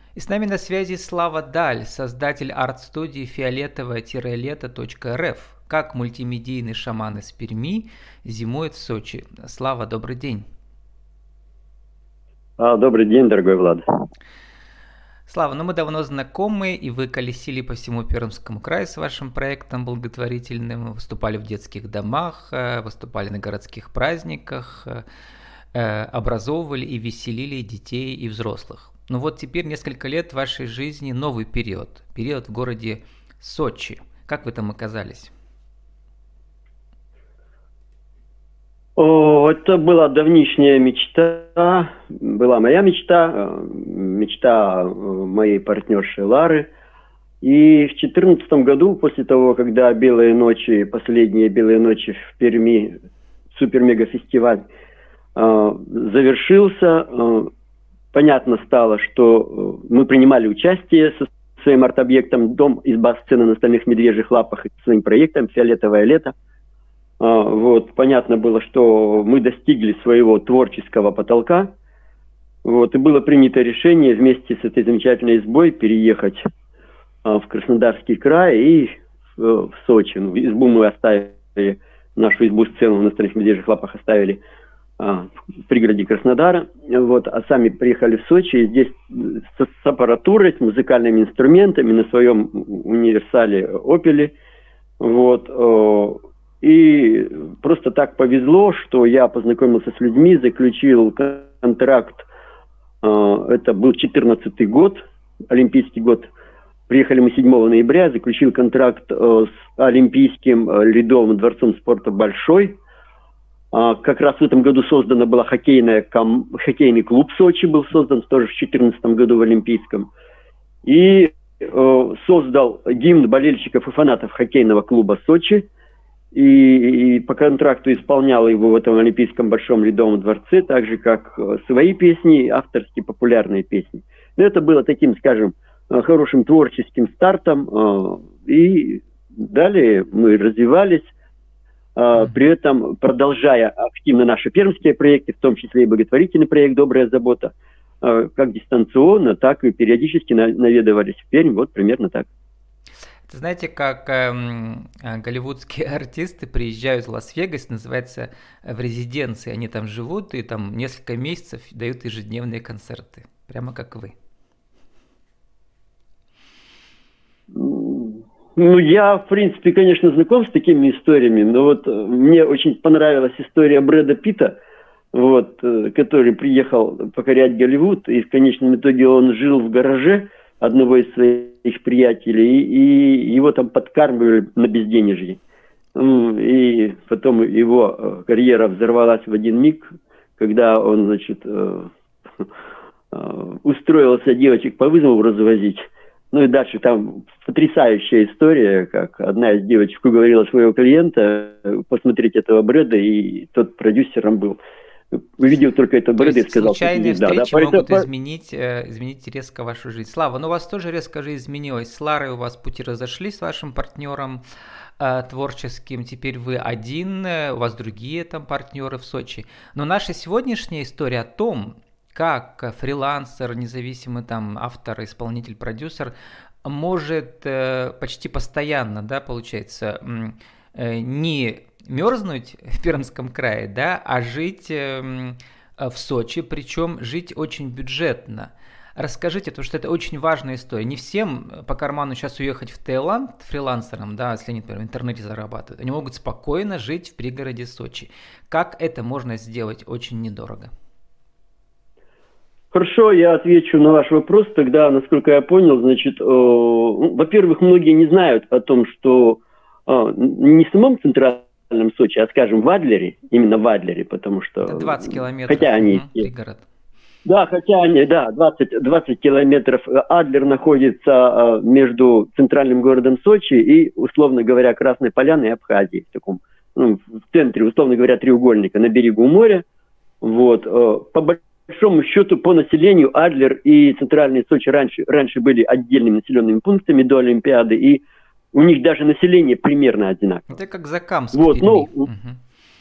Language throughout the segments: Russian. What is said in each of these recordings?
И с нами на связи Слава Даль, создатель арт-студии фиолетово-лето.рф. Как мультимедийный шаман из Перми зимует в Сочи. Слава, добрый день. Добрый день, дорогой Влад. Слава, мы давно знакомы, и вы колесили по всему Пермскому краю с вашим проектом благотворительным, выступали в детских домах, выступали на городских праздниках, образовывали и веселили детей и взрослых. Но вот теперь несколько лет в вашей жизни новый период в городе Сочи. Как вы там оказались? Это была давнишняя мечта, была моя мечта, мечта моей партнерши Лары. И в 2014 году, после того, когда «Белые ночи», последние «Белые ночи» в Перми, супер-мега-фестиваль завершился, понятно стало, что мы принимали участие со своим арт-объектом «Дом, изба, сцена на стальных медвежьих лапах» и своим проектом «Фиолетовое лето». Вот, понятно было, что мы достигли своего творческого потолка. Вот, и было принято решение вместе с этой замечательной избой переехать в Краснодарский край и в Сочи. Избу мы оставили, нашу избу-сцену на стальных медвежьих лапах оставили в пригороде Краснодара. Вот, а сами приехали в Сочи, и здесь с аппаратурой, с музыкальными инструментами на своем универсале «Опеле». Вот, и просто так повезло, что я познакомился с людьми, заключил контракт. Это был 2014 год, Олимпийский год. Приехали мы 7 ноября, заключил контракт с Олимпийским ледовым дворцом спорта «Большой». Как раз в этом году создана была хоккейный клуб Сочи, был создан тоже в 2014 году в Олимпийском. И создал гимн болельщиков и фанатов хоккейного клуба Сочи. И по контракту исполнял его в этом Олимпийском Большом ледовом дворце, так же, как свои песни, авторские популярные песни. Но это было таким, скажем, хорошим творческим стартом. И далее мы развивались, при этом продолжая активно наши пермские проекты, в том числе и благотворительный проект «Добрая забота», как дистанционно, так и периодически наведывались в Пермь, вот примерно так. Знаете, как голливудские артисты приезжают в Лас-Вегас, называется в резиденции, они там живут и там несколько месяцев дают ежедневные концерты, прямо как вы. Я, в принципе, конечно, знаком с такими историями, но вот мне очень понравилась история Брэда Питта, вот, который приехал покорять Голливуд, и в конечном итоге он жил в гараже одного из своих приятелей, и его там подкармливали на безденежье. И потом его карьера взорвалась в один миг, когда он, значит, устроился девочек по вызову развозить. Ну и дальше там потрясающая история, как одна из девочек уговорила своего клиента посмотреть этого Брэда, и тот продюсером был. Увидел только это Брэда и сказал, случайные встречи могут изменить резко вашу жизнь. Слава, но у вас тоже резко жизнь изменилась. С Ларой у вас пути разошлись с вашим партнером творческим. Теперь вы один, у вас другие там партнеры в Сочи. Но наша сегодняшняя история о том, как фрилансер, независимый там автор, исполнитель, продюсер может почти постоянно, да, получается, не мерзнуть в Пермском крае, да, а жить в Сочи, причем жить очень бюджетно. Расскажите, потому что это очень важная история. Не всем по карману сейчас уехать в Таиланд фрилансерам, да, если они, например, в интернете зарабатывают. Они могут спокойно жить в пригороде Сочи. Как это можно сделать очень недорого? Хорошо, я отвечу на ваш вопрос. Тогда, насколько я понял, значит, во-первых, многие не знают о том, что не в самом центральном Сочи, а, скажем, в Адлере, именно в Адлере, потому что... 20 километров, хотя они, пригород. Да, хотя они, да, 20 километров. Адлер находится между центральным городом Сочи и, условно говоря, Красной Поляной и Абхазией, в таком, в центре, условно говоря, треугольника, на берегу моря. Вот. По большому счету, по населению Адлер и центральный Сочи раньше были отдельными населенными пунктами до Олимпиады, и у них даже население примерно одинаково. Это как Закамск. Вот,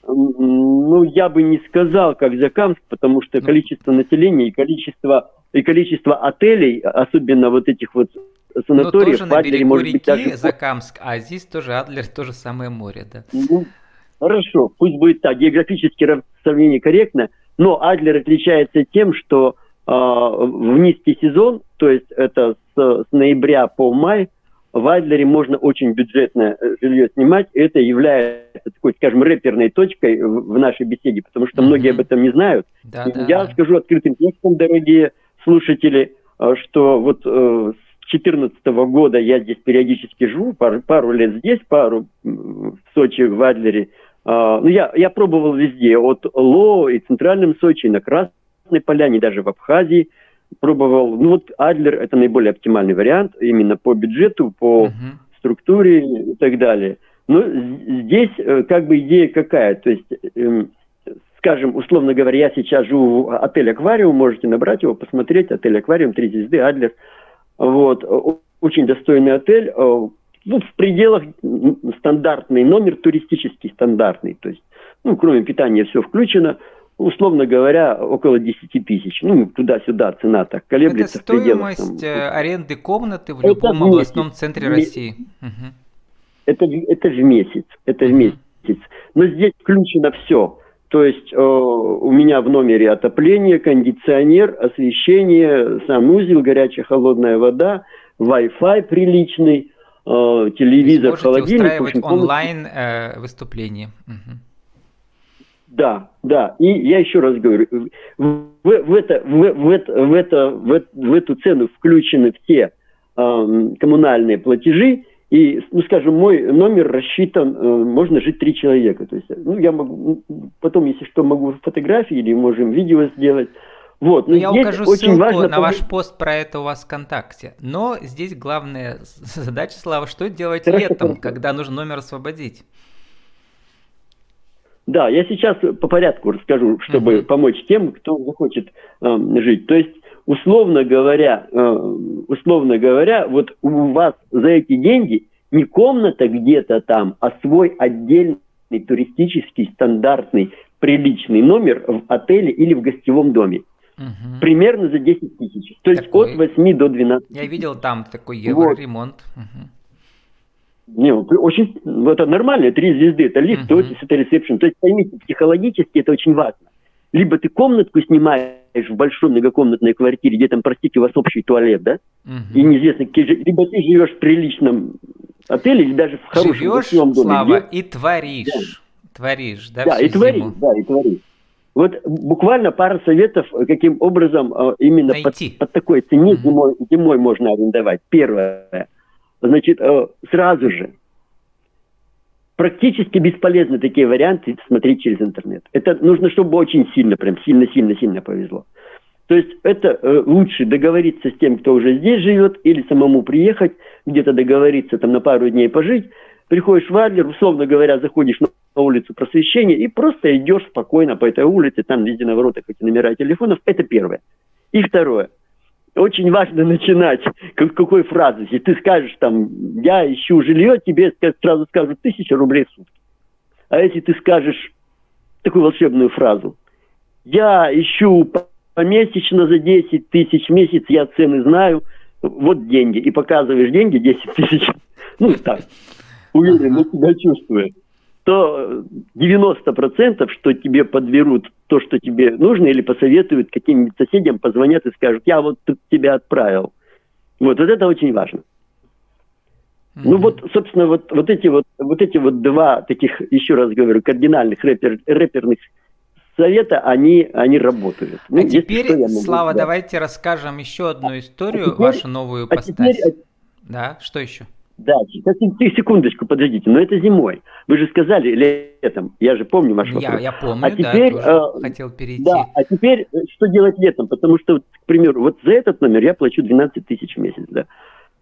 Ну, я бы не сказал, как Закамск, потому что количество населения и количество отелей, особенно вот этих вот санаториев, в Адлере может быть даже... Закамск, а здесь тоже Адлер, то же самое море, да? Ну, хорошо, пусть будет так, географически сравнение корректно, но Адлер отличается тем, что в низкий сезон, то есть это с ноября по май, в Адлере можно очень бюджетное жилье снимать, и это является такой, скажем, рэперной точкой в нашей беседе, потому что многие об этом не знают. Я скажу открытым текстом, дорогие слушатели, что вот с 2014 года я здесь периодически живу, пару лет здесь, пару в Сочи, в Адлере. Я пробовал везде, от Ло и центральном Сочи, и на Красной Поляне, даже в Абхазии. Пробовал. Ну вот Адлер это наиболее оптимальный вариант именно по бюджету, по структуре и так далее. Но здесь как бы идея какая? То есть, скажем, условно говоря, я сейчас живу в отеле «Аквариум», можете набрать его, посмотреть. Отель «Аквариум», 3 звезды, Адлер. Вот. Очень достойный отель. Ну, в пределах стандартный номер, туристический стандартный. То есть, ну, кроме питания все включено. Условно говоря, около 10 тысяч. Ну, туда-сюда цена так колеблется. Это стоимость аренды комнаты в любом областном центре России. Это в месяц. Это в месяц. Но здесь включено все. То есть у меня в номере отопление, кондиционер, освещение, санузел, горячая холодная вода, Wi-Fi приличный, телевизор, холодильник. Устраивать онлайн выступления. Да. И я еще раз говорю, в эту цену включены все коммунальные платежи. И, ну, скажем, мой номер рассчитан, можно жить 3 человека. То есть, ну, я могу, потом, если что, могу фотографии или можем видео сделать. Вот. Но я укажу ссылку на ваш пост про это у вас ВКонтакте. Но здесь главная задача, Слава, что делать летом, когда нужно номер освободить? Да, я сейчас по порядку расскажу, чтобы помочь тем, кто захочет жить. То есть, условно говоря, вот у вас за эти деньги не комната где-то там, а свой отдельный туристический, стандартный, приличный номер в отеле или в гостевом доме. Примерно за 10 тысяч. То есть от 8 до 12. Я видел там такой евроремонт. Не, очень, это нормально, 3 звезды, это лифт, офис, это ресепшн. То есть, поймите, психологически это очень важно. Либо ты комнатку снимаешь в большой многокомнатной квартире, где там, простите, у вас общий туалет, да? И неизвестно, либо ты живешь в приличном отеле, или даже в хорошем гостевом доме. Слава, и творишь. Да. Творишь, да, и творишь, и творишь. Вот буквально пара советов, каким образом именно под такой цене зимой можно арендовать. Первое. Значит, сразу же, практически бесполезны такие варианты смотреть через интернет. Это нужно, чтобы очень сильно, прям сильно повезло. То есть это лучше договориться с тем, кто уже здесь живет, или самому приехать, где-то договориться там на пару дней пожить. Приходишь в Адлер, условно говоря, заходишь на улицу Просвещения и просто идешь спокойно по этой улице, там везде на воротах эти номера телефонов. Это первое. И второе. Очень важно начинать какой фразы. Если ты скажешь там, я ищу жилье, тебе сразу скажут 1000 рублей в сутки. А если ты скажешь такую волшебную фразу, я ищу помесячно за 10 тысяч в месяц, я цены знаю, вот деньги. И показываешь деньги 10 тысяч, ну так, уверенно себя чувствуешь, то 90%, что тебе подберут то, что тебе нужно, или посоветуют каким-нибудь соседям, позвонят и скажут, я вот тут тебя отправил. Вот это очень важно. Ну вот, собственно, вот эти вот два таких, еще раз говорю, кардинальных рэперных совета, они работают. А теперь, Слава, давайте расскажем еще одну историю, вашу новую постать. Да, что еще? Да, секундочку, подождите, но это зимой. Вы же сказали летом, я же помню ваш вопрос. Я помню, теперь, тоже хотел перейти. Да, а теперь что делать летом? Потому что, к примеру, вот за этот номер я плачу 12 тысяч в месяц, да.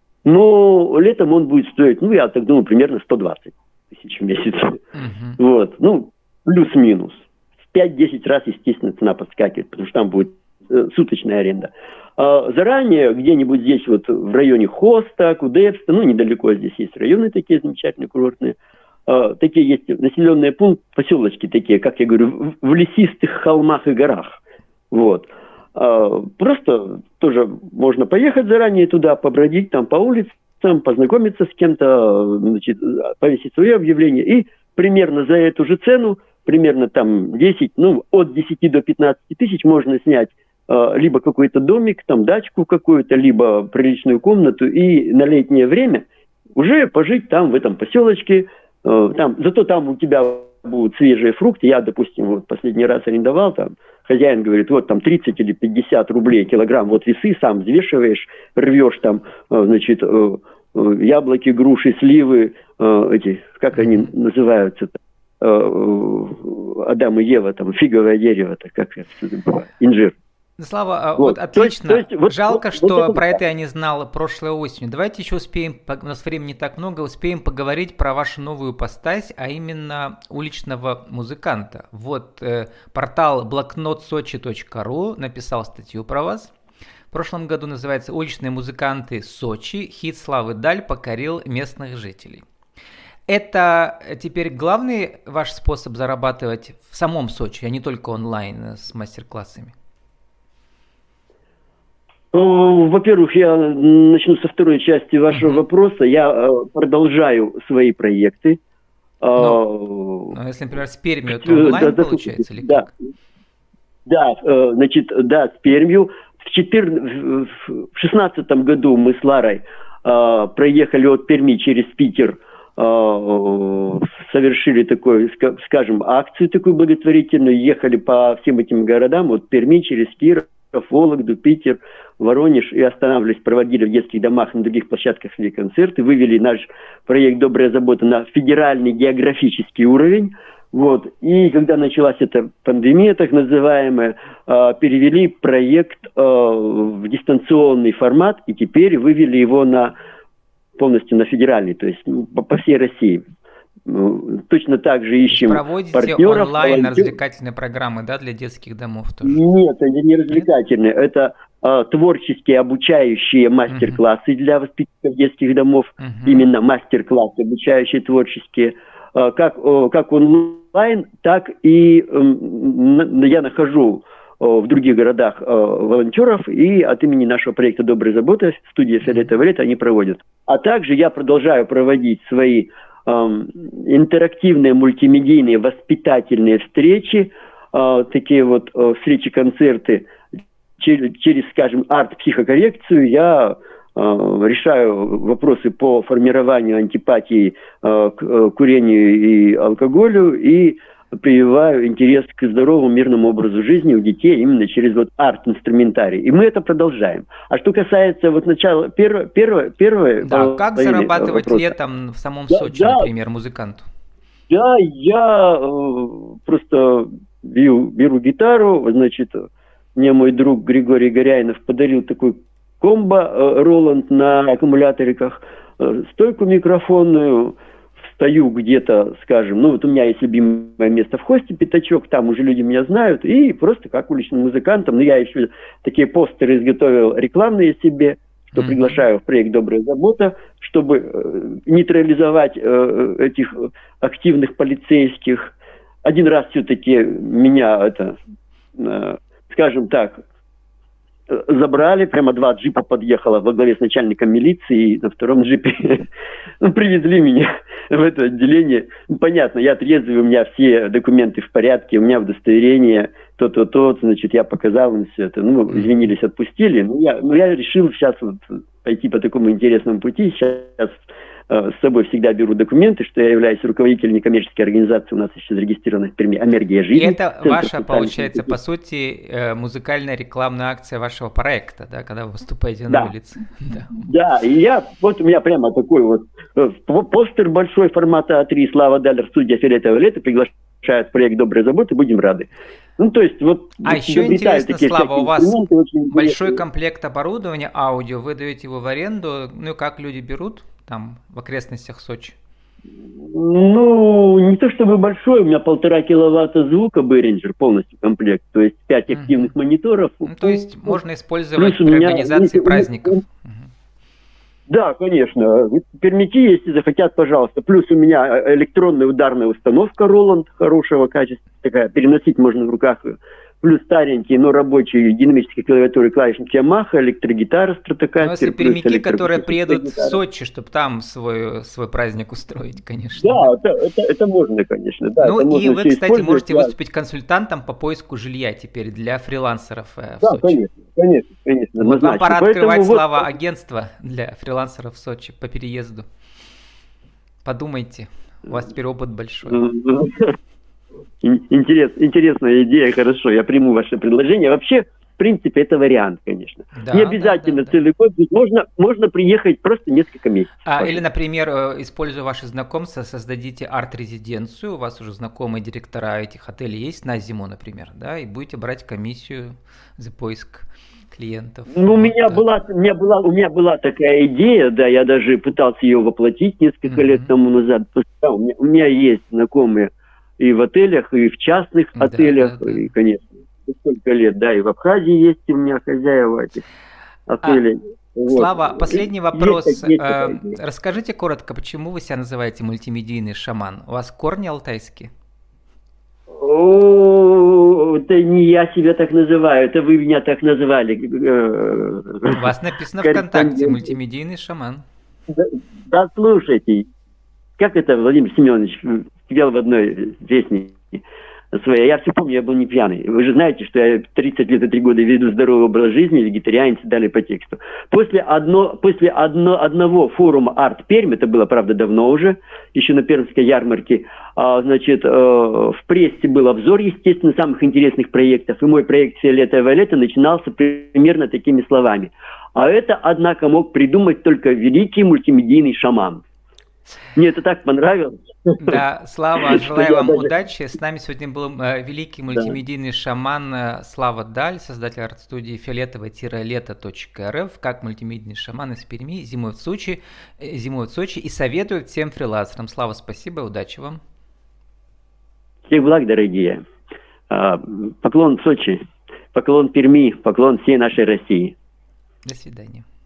Но летом он будет стоить, ну, я так думаю, примерно 120 тысяч в месяц. Вот, ну, плюс-минус. В 5-10 раз, естественно, цена подскакивает, потому что там будет суточная аренда. Заранее где-нибудь здесь вот в районе Хоста, Кудепста, ну недалеко здесь есть районы такие замечательные, курортные, такие есть населенные пункты, поселочки такие, как я говорю, в лесистых холмах и горах. Вот. Просто тоже можно поехать заранее туда, побродить там по улицам, познакомиться с кем-то, значит, повесить свое объявление, и примерно за эту же цену, примерно там 10, от 10 до 15 тысяч можно снять либо какой-то домик, там дачку какую-то, либо приличную комнату, и на летнее время уже пожить там, в этом поселочке. Зато там у тебя будут свежие фрукты. Я, допустим, вот последний раз арендовал, там хозяин говорит, вот там 30 или 50 рублей килограмм, вот весы, сам взвешиваешь, рвешь там, значит, яблоки, груши, сливы, как они называются-то? Адам и Ева, там, фиговое дерево-то, как это называется, инжир. Слава, вот отлично. Жалко, что про это я не знал прошлой осенью. Давайте еще успеем, у нас времени не так много, успеем поговорить про вашу новую ипостась, а именно уличного музыканта. Вот портал блокнотсочи.ру написал статью про вас. В прошлом году называется «Уличные музыканты Сочи. Хит Славы Даль покорил местных жителей». Это теперь главный ваш способ зарабатывать в самом Сочи, а не только онлайн с мастер-классами? Во-первых, я начну со второй части вашего вопроса. Я продолжаю свои проекты. Если, например, с Пермью, то онлайн получается или как? Да, с Пермью. В 2016 году мы с Ларой проехали от Перми через Питер, совершили такую, скажем, акцию такую благотворительную, ехали по всем этим городам, от Перми через Киров, Вологду, Питер, Воронеж, и останавливались, проводили в детских домах, на других площадках шли концерты, вывели наш проект «Добрая забота» на федеральный географический уровень. Вот. И когда началась эта пандемия, так называемая, перевели проект в дистанционный формат, и теперь вывели его полностью на федеральный, то есть по всей России. Точно так же ищем проводите партнеров. Проводите онлайн-развлекательные программы, да, для детских домов тоже? Нет, это не развлекательные. Это творческие обучающие мастер-классы для воспитанников детских домов. Именно мастер-классы, обучающие творческие. Как онлайн, так и я нахожу в других городах волонтеров, и от имени нашего проекта «Добрая забота» студия «Фиолетовое лето» они проводят. А также я продолжаю проводить свои интерактивные мультимедийные воспитательные встречи, такие вот встречи-концерты через, скажем, арт-психокоррекцию. Я решаю вопросы по формированию антипатии к курению и алкоголю и прививаю интерес к здоровому мирному образу жизни у детей именно через вот арт-инструментарий. И мы это продолжаем. А что касается вот начала первое... Да, как зарабатывать вопроса летом в самом Сочи, например, музыканту? Да, я просто беру гитару, значит, мне мой друг Григорий Горяинов подарил такой комбо Роланд на аккумуляториках, стойку микрофонную, стою где-то, скажем, вот у меня есть любимое место в Хосте, Пятачок, там уже люди меня знают, и просто как уличным музыкантом, я еще такие постеры изготовил рекламные себе, что приглашаю в проект «Добрая забота», чтобы нейтрализовать этих активных полицейских. Один раз все-таки меня, скажем так, забрали, прямо 2 джипа подъехало во главе с начальником милиции, и на втором джипе привезли меня в это отделение. Понятно, я трезвый, у меня все документы в порядке, у меня удостоверение, то, значит, я показал им все это. Извинились, отпустили. Я решил сейчас пойти по такому интересному пути. Сейчас с собой всегда беру документы, что я являюсь руководителем некоммерческой организации, у нас еще зарегистрирована в Перми «Энергия жизни». И это ваша, получается, по сути, музыкальная рекламная акция вашего проекта, да, когда вы выступаете на улице. Да, и вот у меня прямо такой вот постер большой формата А3, Слава Даль, студия «Фиолетовое лето», приглашает в проект «Добрая забота», будем рады. То есть вот... А еще интересно, Слава, у вас большой комплект оборудования, аудио, вы даете его в аренду, и как люди берут там в окрестностях Сочи? Не то чтобы большой, у меня 1,5 киловатта звука, Behringer, полностью комплект, то есть 5 активных мониторов. То есть можно использовать при организации праздников. Да, конечно. Пермяки, если захотят, пожалуйста. Плюс у меня электронная ударная установка Роланд хорошего качества. Такая, переносить можно в руках. Плюс старенькие, но рабочие динамические клавиатуры клавишник Yamaha, электрогитара Ну, Stratocaster. если пермяки, которые приедут в Сочи, чтобы там свой праздник устроить, конечно. Да, это можно, конечно. Да, ну, это и можно вы, кстати, можете выступить консультантом по поиску жилья теперь для фрилансеров в Сочи. Конечно. Вот вам пора открывать, вот... Слава, агентство для фрилансеров в Сочи по переезду. Подумайте, у вас теперь опыт большой. Интересная идея, хорошо, я приму ваше предложение. Вообще, в принципе, это вариант, конечно. Да, не обязательно целый год, можно приехать просто несколько месяцев. Или, например, используя ваши знакомства, создадите арт-резиденцию, у вас уже знакомые директора этих отелей есть на зиму, например, да, и будете брать комиссию за поиск клиентов. Ну, у меня была такая идея, да, я даже пытался ее воплотить несколько лет тому назад. У меня есть знакомые и в отелях, и в частных отелях, и, конечно, сколько лет, да, и в Абхазии есть у меня хозяева этих отелей. Вот. Слава, последний вопрос. Расскажите коротко, почему вы себя называете мультимедийный шаман? У вас корни алтайские? Это не я себя так называю, это вы меня так называли. У вас написано ВКонтакте мультимедийный шаман. Да, слушайте, как это Владимир Семенович пел в одной песне своей. Я все помню, я был не пьяный. Вы же знаете, что я 30 лет и 3 года веду здоровый образ жизни, вегетарианец и далее по тексту. После одного форума «Арт Пермь», это было, правда, давно уже, еще на Пермской ярмарке, в прессе был обзор, естественно, самых интересных проектов, и мой проект «Фиолетовое лето» начинался примерно такими словами. А это, однако, мог придумать только великий мультимедийный шаман. Мне это так понравилось. Да, Слава, желаю вам удачи. С нами сегодня был великий мультимедийный шаман Слава Даль, создатель арт-студии фиолетовое-лето.рф, как мультимедийный шаман из Перми, зимой в Сочи, и советует всем фрилансерам. Слава, спасибо, удачи вам. Всех благ, дорогие. Поклон Сочи, поклон Перми, поклон всей нашей России. До свидания.